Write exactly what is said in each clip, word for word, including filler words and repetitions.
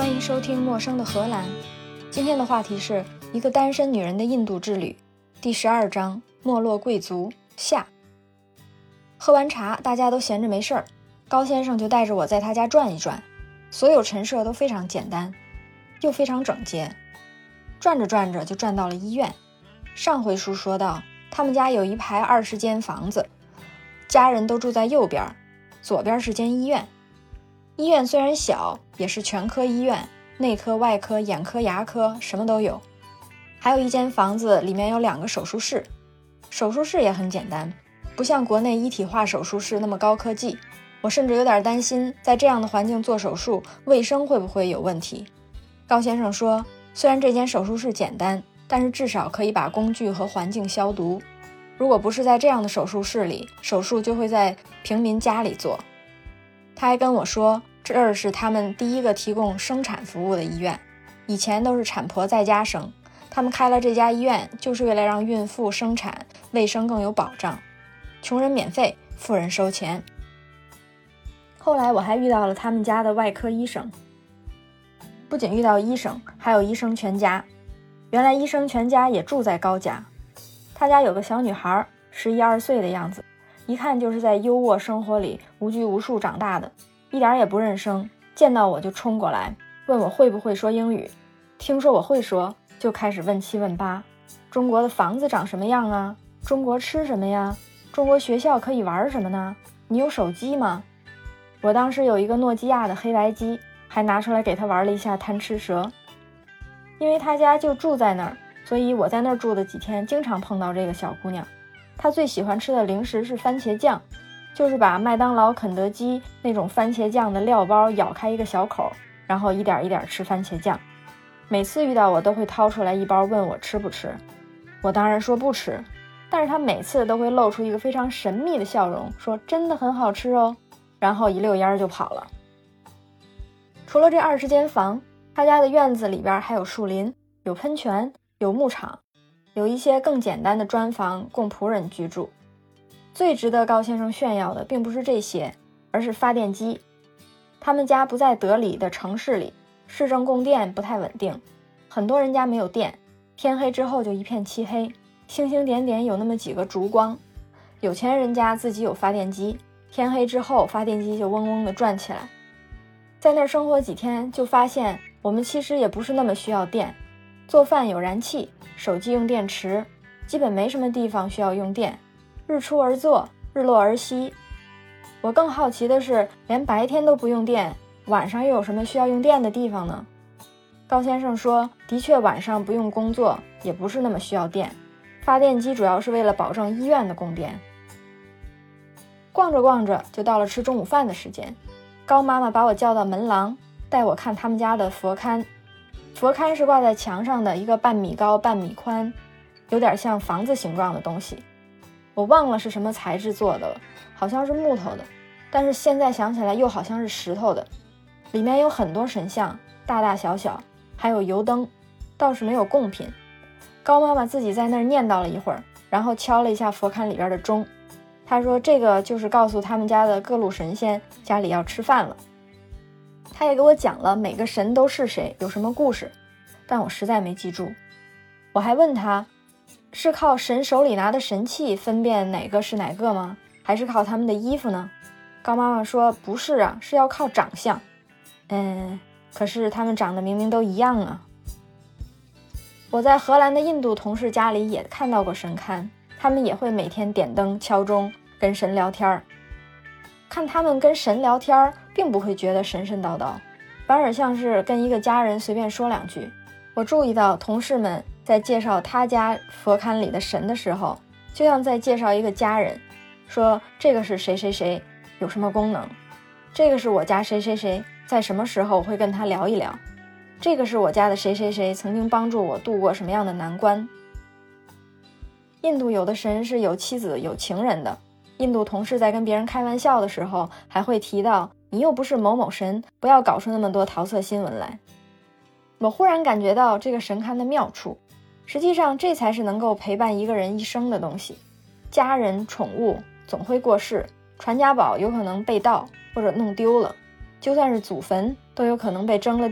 欢迎收听陌生的荷兰。今天的话题是一个单身女人的印度之旅，第十二章没落贵族下。喝完茶，大家都闲着没事儿，高先生就带着我在他家转一转。所有陈设都非常简单，又非常整洁。转着转着就转到了医院。上回书说到，他们家有一排二十间房子，家人都住在右边，左边是间医院。医院虽然小，也是全科医院，内科、外科、眼科、牙科什么都有。还有一间房子里面有两个手术室，手术室也很简单，不像国内一体化手术室那么高科技。我甚至有点担心，在这样的环境做手术，卫生会不会有问题。高先生说，虽然这间手术室简单，但是至少可以把工具和环境消毒。如果不是在这样的手术室里，手术就会在平民家里做。他还跟我说，这儿是他们第一个提供生产服务的医院，以前都是产婆在家生，他们开了这家医院就是为了让孕妇生产卫生更有保障，穷人免费，富人收钱。后来我还遇到了他们家的外科医生，不仅遇到医生，还有医生全家。原来医生全家也住在高家，他家有个小女孩，十一二岁的样子，一看就是在优渥生活里无拘无束长大的，一点也不认生，见到我就冲过来问我会不会说英语。听说我会说，就开始问七问八，中国的房子长什么样啊？中国吃什么呀？中国学校可以玩什么呢？你有手机吗？我当时有一个诺基亚的黑白机，还拿出来给他玩了一下贪吃蛇。因为他家就住在那儿，所以我在那儿住的几天经常碰到这个小姑娘。她最喜欢吃的零食是番茄酱，就是把麦当劳、肯德基那种番茄酱的料包咬开一个小口，然后一点一点吃番茄酱。每次遇到我都会掏出来一包问我吃不吃，我当然说不吃，但是她每次都会露出一个非常神秘的笑容，说真的很好吃哦，然后一溜烟就跑了。除了这二十间房，他家的院子里边还有树林，有喷泉，有牧场，有一些更简单的砖房供仆人居住。最值得高先生炫耀的并不是这些，而是发电机。他们家不在德里的城市里，市政供电不太稳定，很多人家没有电，天黑之后就一片漆黑，星星点点有那么几个烛光。有钱人家自己有发电机，天黑之后发电机就嗡嗡地转起来。在那儿生活几天，就发现我们其实也不是那么需要电，做饭有燃气，手机用电池，基本没什么地方需要用电，日出而作，日落而息。我更好奇的是，连白天都不用电，晚上又有什么需要用电的地方呢？高先生说，的确晚上不用工作，也不是那么需要电，发电机主要是为了保证医院的供电。逛着逛着就到了吃中午饭的时间，高妈妈把我叫到门廊，带我看他们家的佛龛。佛龛是挂在墙上的一个半米高半米宽，有点像房子形状的东西，我忘了是什么材质做的了，好像是木头的，但是现在想起来又好像是石头的。里面有很多神像，大大小小，还有油灯，倒是没有贡品。高妈妈自己在那儿念叨了一会儿，然后敲了一下佛龛里边的钟。她说这个就是告诉他们家的各路神仙家里要吃饭了。她也给我讲了每个神都是谁，有什么故事，但我实在没记住。我还问她，是靠神手里拿的神器分辨哪个是哪个吗？还是靠他们的衣服呢？高妈妈说不是啊，是要靠长相。嗯，可是他们长得明明都一样啊。我在荷兰的印度同事家里也看到过神龛，他们也会每天点灯敲钟跟神聊天。看他们跟神聊天并不会觉得神神叨叨，反而像是跟一个家人随便说两句。我注意到同事们在介绍他家佛龛里的神的时候，就像在介绍一个家人，说这个是谁谁谁，有什么功能，这个是我家谁谁谁，在什么时候会跟他聊一聊，这个是我家的谁谁谁，曾经帮助我度过什么样的难关。印度有的神是有妻子有情人的，印度同事在跟别人开玩笑的时候还会提到，你又不是某某神，不要搞出那么多桃色新闻来。我忽然感觉到这个神龛的妙处，实际上这才是能够陪伴一个人一生的东西。家人宠物总会过世，传家宝有可能被盗或者弄丢了，就算是祖坟都有可能被征了地，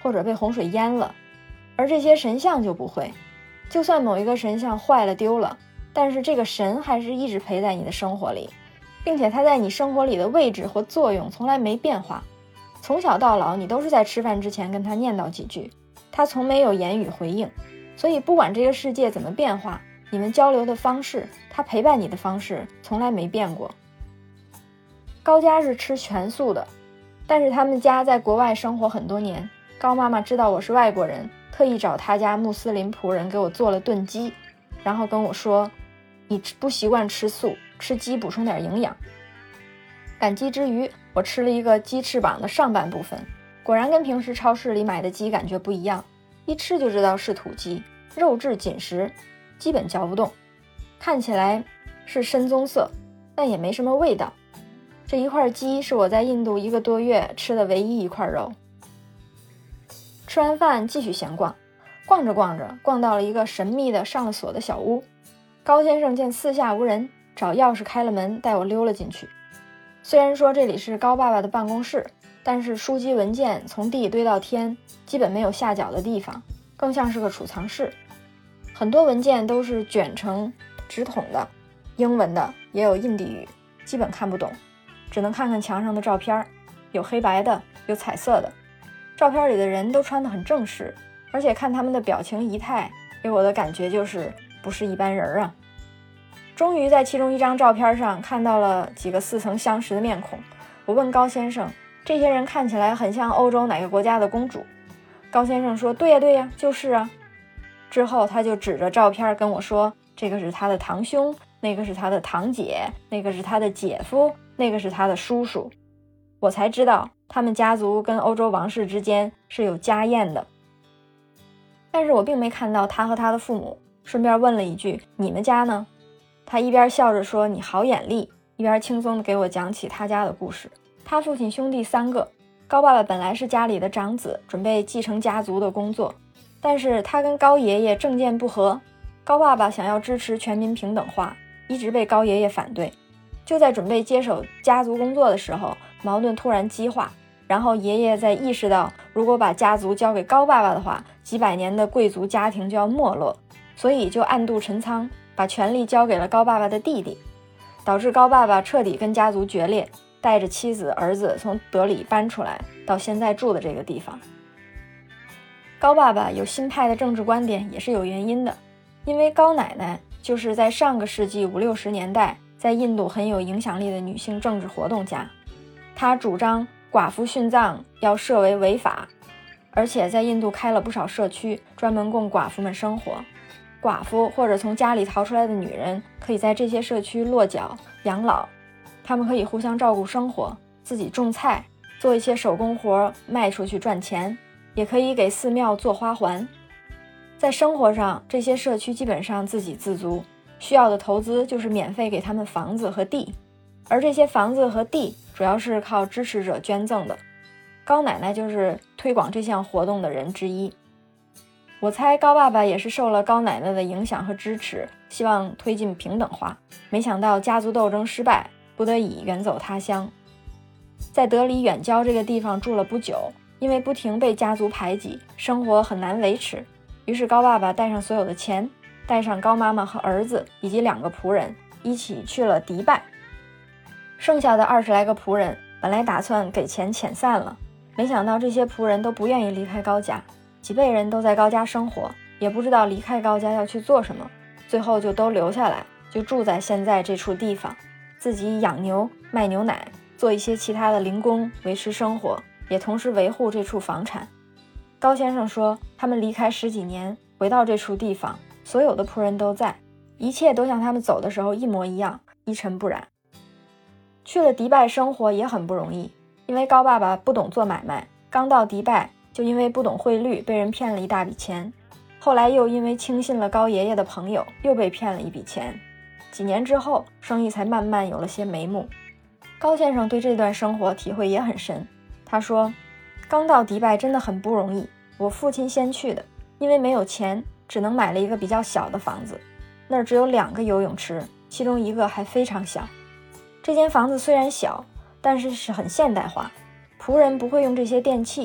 或者被洪水淹了，而这些神像就不会。就算某一个神像坏了丢了，但是这个神还是一直陪在你的生活里，并且他在你生活里的位置和作用从来没变化。从小到老，你都是在吃饭之前跟他念叨几句，他从没有言语回应。所以不管这个世界怎么变化，你们交流的方式，他陪伴你的方式从来没变过。高家是吃全素的，但是他们家在国外生活很多年，高妈妈知道我是外国人，特意找他家穆斯林仆人给我做了炖鸡，然后跟我说，你不习惯吃素，吃鸡补充点营养。感激之余，我吃了一个鸡翅膀的上半部分，果然跟平时超市里买的鸡感觉不一样，一吃就知道是土鸡，肉质紧实，基本嚼不动，看起来是深棕色，但也没什么味道。这一块鸡是我在印度一个多月吃的唯一一块肉。吃完饭继续闲逛，逛着逛着，逛到了一个神秘的上了锁的小屋。高先生见四下无人，找钥匙开了门，带我溜了进去。虽然说这里是高爸爸的办公室，但是书籍文件从地堆到天，基本没有下脚的地方，更像是个储藏室。很多文件都是卷成纸筒的，英文的也有印地语，基本看不懂，只能看看墙上的照片，有黑白的，有彩色的。照片里的人都穿得很正式，而且看他们的表情仪态，给我的感觉就是不是一般人啊。终于在其中一张照片上看到了几个似曾相识的面孔，我问高先生，这些人看起来很像欧洲哪个国家的公主？高先生说，对呀对呀，就是啊。之后他就指着照片跟我说，这个是他的堂兄，那个是他的堂姐，那个是他的姐夫，那个是他的叔叔。我才知道他们家族跟欧洲王室之间是有家宴的。但是我并没看到他和他的父母，顺便问了一句，你们家呢？他一边笑着说，你好眼力，一边轻松地给我讲起他家的故事。他父亲兄弟三个，高爸爸本来是家里的长子，准备继承家族的工作，但是他跟高爷爷政见不合，高爸爸想要支持全民平等化，一直被高爷爷反对。就在准备接手家族工作的时候，矛盾突然激化，然后爷爷在意识到，如果把家族交给高爸爸的话，几百年的贵族家庭就要没落，所以就暗度陈仓，把权力交给了高爸爸的弟弟，导致高爸爸彻底跟家族决裂，带着妻子儿子从德里搬出来，到现在住的这个地方。高爸爸有新派的政治观点也是有原因的，因为高奶奶就是在上个世纪五六十年代在印度很有影响力的女性政治活动家，她主张寡妇殉葬要设为违法，而且在印度开了不少社区，专门供寡妇们生活。寡妇或者从家里逃出来的女人可以在这些社区落脚养老，她们可以互相照顾生活，自己种菜，做一些手工活卖出去赚钱，也可以给寺庙做花环。在生活上，这些社区基本上自给自足，需要的投资就是免费给他们房子和地，而这些房子和地主要是靠支持者捐赠的。高奶奶就是推广这项活动的人之一。我猜高爸爸也是受了高奶奶的影响和支持，希望推进平等化，没想到家族斗争失败，不得已远走他乡。在德里远郊这个地方住了不久，因为不停被家族排挤，生活很难维持，于是高爸爸带上所有的钱，带上高妈妈和儿子以及两个仆人，一起去了迪拜。剩下的二十来个仆人本来打算给钱遣散了，没想到这些仆人都不愿意离开高家，几辈人都在高家生活，也不知道离开高家要去做什么，最后就都留下来，就住在现在这处地方，自己养牛卖牛奶，做一些其他的零工维持生活，也同时维护这处房产。高先生说，他们离开十几年，回到这处地方，所有的仆人都在，一切都像他们走的时候一模一样，一尘不染。去了迪拜生活也很不容易，因为高爸爸不懂做买卖，刚到迪拜就因为不懂汇率被人骗了一大笔钱，后来又因为轻信了高爷爷的朋友，又被骗了一笔钱。几年之后，生意才慢慢有了些眉目。高先生对这段生活体会也很深，他说，刚到迪拜真的很不容易，我父亲先去的，因为没有钱，只能买了一个比较小的房子，那儿只有两个游泳池，其中一个还非常小。这间房子虽然小，但是是很现代化，仆人不会用这些电器，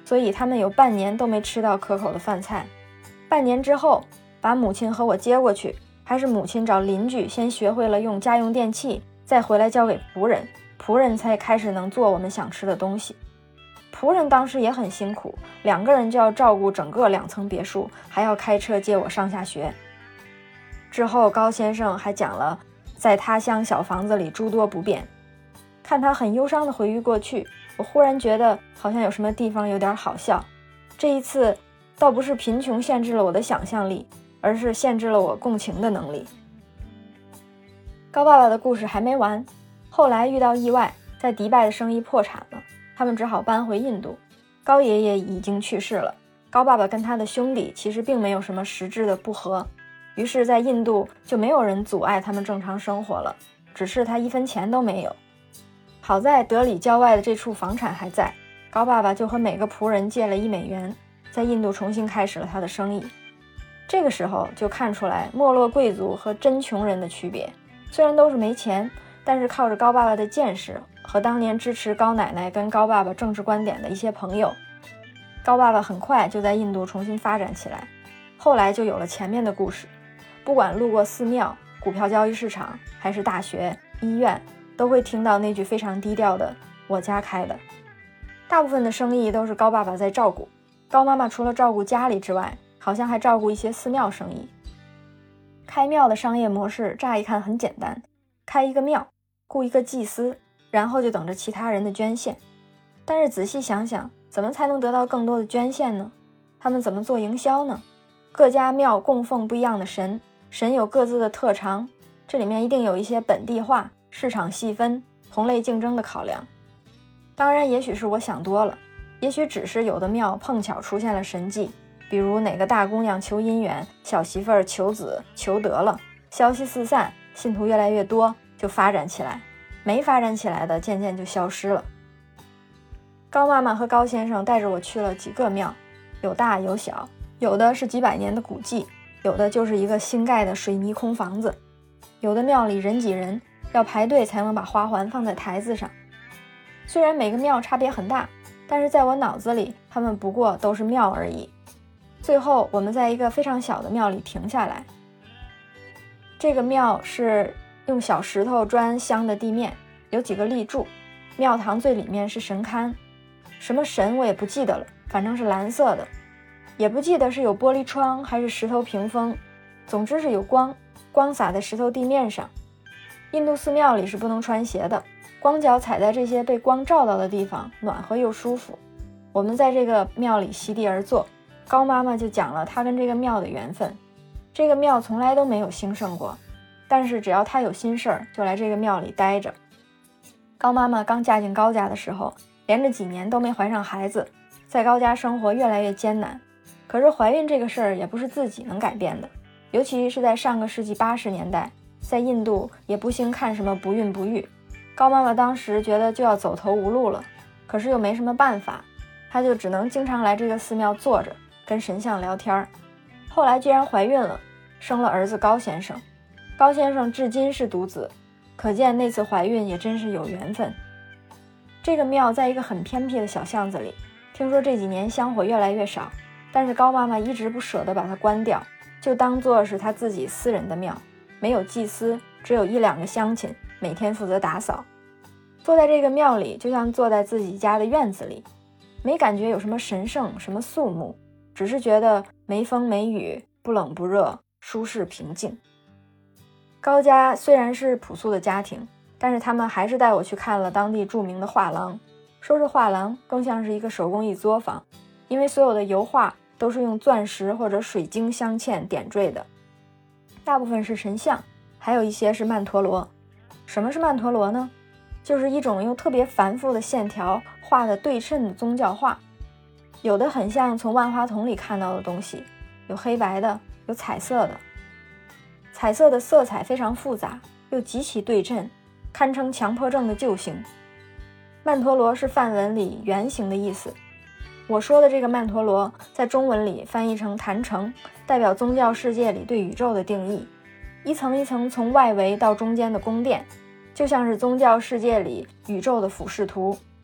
所以他们有半年都没吃到可口的饭菜。半年之后，把母亲和我接过去，还是母亲找邻居先学会了用家用电器，再回来交给仆人，仆人才开始能做我们想吃的东西。仆人当时也很辛苦，两个人就要照顾整个两层别墅，还要开车接我上下学。之后高先生还讲了在他乡小房子里诸多不便，看他很忧伤地回忆过去，我忽然觉得好像有什么地方有点好笑。这一次倒不是贫穷限制了我的想象力，而是限制了我共情的能力。高爸爸的故事还没完，后来遇到意外，在迪拜的生意破产了，他们只好搬回印度。高爷爷已经去世了，高爸爸跟他的兄弟其实并没有什么实质的不和，于是在印度就没有人阻碍他们正常生活了，只是他一分钱都没有。好在德里郊外的这处房产还在，高爸爸就和每个仆人借了一美元，在印度重新开始了他的生意。这个时候就看出来没落贵族和真穷人的区别，虽然都是没钱，但是靠着高爸爸的见识和当年支持高奶奶跟高爸爸政治观点的一些朋友，高爸爸很快就在印度重新发展起来。后来就有了前面的故事，不管路过寺庙、股票交易市场还是大学、医院，都会听到那句非常低调的我家开的。大部分的生意都是高爸爸在照顾，高妈妈除了照顾家里之外，好像还照顾一些寺庙生意。开庙的商业模式乍一看很简单，开一个庙，雇一个祭司，然后就等着其他人的捐献。但是仔细想想，怎么才能得到更多的捐献呢？他们怎么做营销呢？各家庙供奉不一样的神，神有各自的特长，这里面一定有一些本地化、市场细分、同类竞争的考量。当然也许是我想多了，也许只是有的庙碰巧出现了神迹，比如哪个大姑娘求姻缘，小媳妇儿求子求得了，消息四散，信徒越来越多，就发展起来，没发展起来的渐渐就消失了。高妈妈和高先生带着我去了几个庙，有大有小，有的是几百年的古迹，有的就是一个新盖的水泥空房子，有的庙里人挤人，要排队才能把花环放在台子上。虽然每个庙差别很大，但是在我脑子里它们不过都是庙而已。最后我们在一个非常小的庙里停下来，这个庙是用小石头砖镶的地面，有几个立柱，庙堂最里面是神龛，什么神我也不记得了，反正是蓝色的，也不记得是有玻璃窗还是石头屏风，总之是有光，光洒在石头地面上。印度寺庙里是不能穿鞋的，光脚踩在这些被光照到的地方，暖和又舒服。我们在这个庙里席地而坐，高妈妈就讲了她跟这个庙的缘分。这个庙从来都没有兴盛过，但是只要她有心事儿，就来这个庙里待着。高妈妈刚嫁进高家的时候，连着几年都没怀上孩子，在高家生活越来越艰难。可是怀孕这个事儿也不是自己能改变的，尤其是在上个世纪八十年代，在印度也不兴看什么不孕不育。高妈妈当时觉得就要走投无路了，可是又没什么办法，她就只能经常来这个寺庙坐着，跟神像聊天。后来居然怀孕了，生了儿子高先生。高先生至今是独子，可见那次怀孕也真是有缘分。这个庙在一个很偏僻的小巷子里，听说这几年香火越来越少，但是高妈妈一直不舍得把它关掉，就当作是她自己私人的庙，没有祭司，只有一两个乡亲，每天负责打扫。坐在这个庙里就像坐在自己家的院子里，没感觉有什么神圣什么肃穆，只是觉得没风没雨，不冷不热，舒适平静。高家虽然是朴素的家庭，但是他们还是带我去看了当地著名的画廊。说是画廊，更像是一个手工艺作坊，因为所有的油画都是用钻石或者水晶镶嵌点缀的，大部分是神像，还有一些是曼陀罗。什么是曼陀罗呢？就是一种用特别繁复的线条画的对称的宗教画，有的很像从万花筒里看到的东西，有黑白的，有彩色的。彩色的色彩非常复杂，又极其对称，堪称强迫症的救星。曼陀罗是梵文里圆形的意思，我说的这个曼陀罗在中文里翻译成坛城，代表宗教世界里对宇宙的定义，一层一层从外围到中间的宫殿，就像是宗教世界里宇宙的俯视图。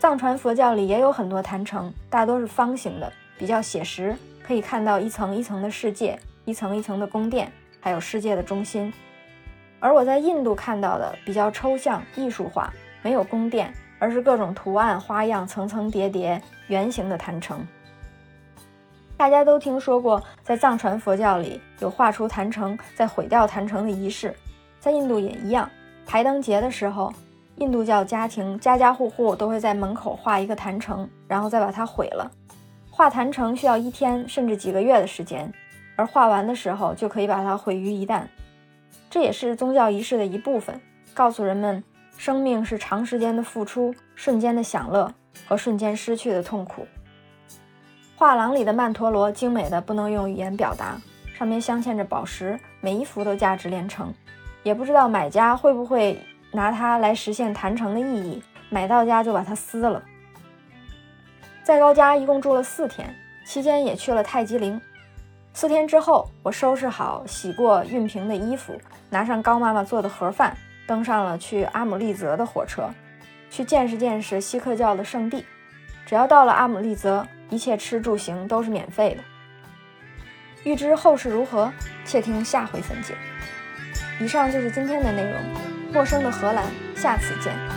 藏传佛教里也有很多坛城，大多是方形的，比较写实，可以看到一层一层的世界，一层一层的宫殿，还有世界的中心。而我在印度看到的比较抽象艺术化，没有宫殿，而是各种图案花样层层叠叠圆形的坛城。大家都听说过，在藏传佛教里有画出坛城再毁掉坛城的仪式，在印度也一样。排灯节的时候，印度教家庭家家户户都会在门口画一个坛城，然后再把它毁了。画坛城需要一天甚至几个月的时间，而画完的时候就可以把它毁于一旦。这也是宗教仪式的一部分，告诉人们生命是长时间的付出，瞬间的享乐和瞬间失去的痛苦。画廊里的曼陀罗精美的不能用语言表达，上面镶嵌着宝石，每一幅都价值连城。也不知道买家会不会拿它来实现坛城的意义，买到家就把它撕了。在高家一共住了四天，期间也去了太极陵。四天之后，我收拾好洗过熨平的衣服，拿上高妈妈做的盒饭，登上了去阿姆利则的火车，去见识见识锡克教的圣地。只要到了阿姆利则，一切吃住行都是免费的。欲知后事如何，且听下回分解。以上就是今天的内容，陌生的荷兰，下次见。